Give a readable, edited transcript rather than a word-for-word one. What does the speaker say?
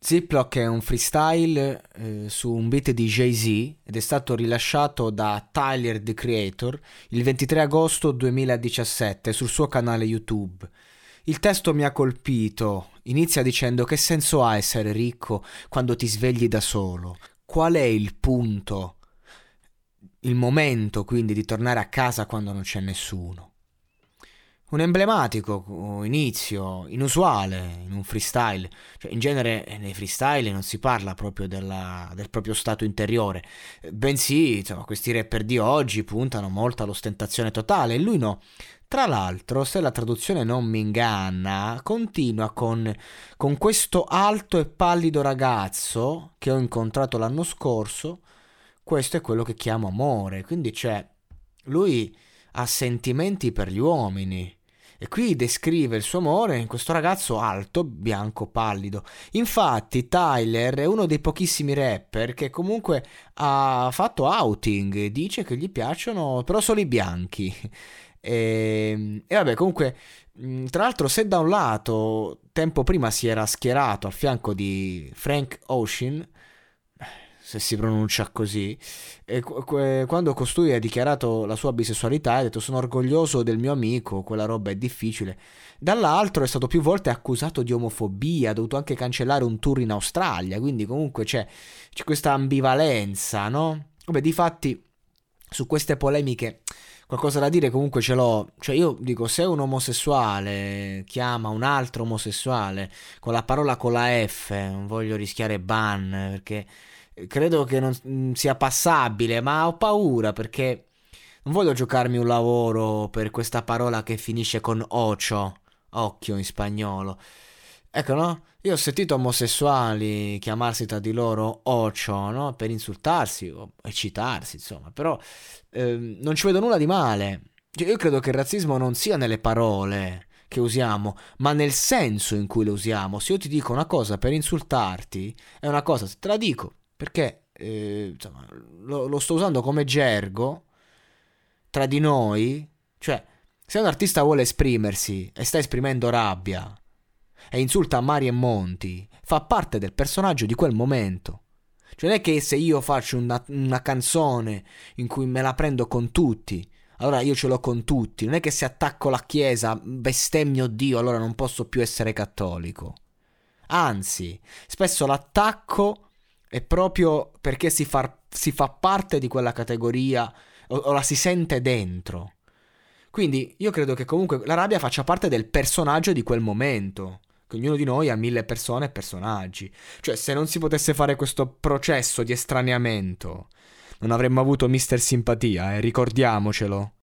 Ziploc è un freestyle su un beat di Jay-Z ed è stato rilasciato da Tyler, the Creator, il 23 agosto 2017 sul suo canale YouTube. Il testo mi ha colpito. Inizia dicendo: che senso ha essere ricco quando ti svegli da solo? Qual è il punto? Il momento quindi di tornare a casa quando non c'è nessuno. Un emblematico inizio, inusuale in un freestyle. Cioè, in genere nei freestyle non si parla proprio del proprio stato interiore, bensì, insomma, questi rapper di oggi puntano molto all'ostentazione totale e lui no. Tra l'altro, se la traduzione non mi inganna, continua con questo alto e pallido ragazzo che ho incontrato l'anno scorso. Questo è quello che chiamo amore. Quindi c'è lui ha sentimenti per gli uomini. E qui descrive il suo amore in questo ragazzo alto, bianco, pallido. Infatti Tyler è uno dei pochissimi rapper che comunque ha fatto outing, dice che gli piacciono però solo i bianchi. E vabbè, comunque, tra l'altro, se da un lato tempo prima si era schierato al fianco di Frank Ocean, se si pronuncia così, e quando costui ha dichiarato la sua bisessualità ha detto: sono orgoglioso del mio amico, quella roba è difficile. Dall'altro è stato più volte accusato di omofobia, ha dovuto anche cancellare un tour in Australia, quindi comunque c'è questa ambivalenza, no? Vabbè, difatti su queste polemiche qualcosa da dire comunque ce l'ho. Cioè, io dico, se un omosessuale chiama un altro omosessuale con la parola con la F, non voglio rischiare ban perché credo che non sia passabile, ma ho paura perché non voglio giocarmi un lavoro per questa parola che finisce con ocio, occhio in spagnolo. Ecco, no? Io ho sentito omosessuali chiamarsi tra di loro ocio, no? Per insultarsi o eccitarsi, insomma. Però non ci vedo nulla di male. Cioè, io credo che il razzismo non sia nelle parole che usiamo, ma nel senso in cui le usiamo. Se io ti dico una cosa per insultarti, è una cosa, se te la dico perché insomma, lo sto usando come gergo tra di noi. Cioè, se un artista vuole esprimersi e sta esprimendo rabbia e insulta Mari e Monti, fa parte del personaggio di quel momento. Cioè non è che se io faccio una canzone in cui me la prendo con tutti, allora io ce l'ho con tutti. Non è che se attacco la chiesa, bestemmio Dio, allora non posso più essere cattolico. Anzi, spesso l'attacco è proprio perché si fa parte di quella categoria o la si sente dentro. Quindi io credo che comunque la rabbia faccia parte del personaggio di quel momento. Che ognuno di noi ha mille persone e personaggi. Cioè, se non si potesse fare questo processo di estraniamento, non avremmo avuto Mister Simpatia, ricordiamocelo.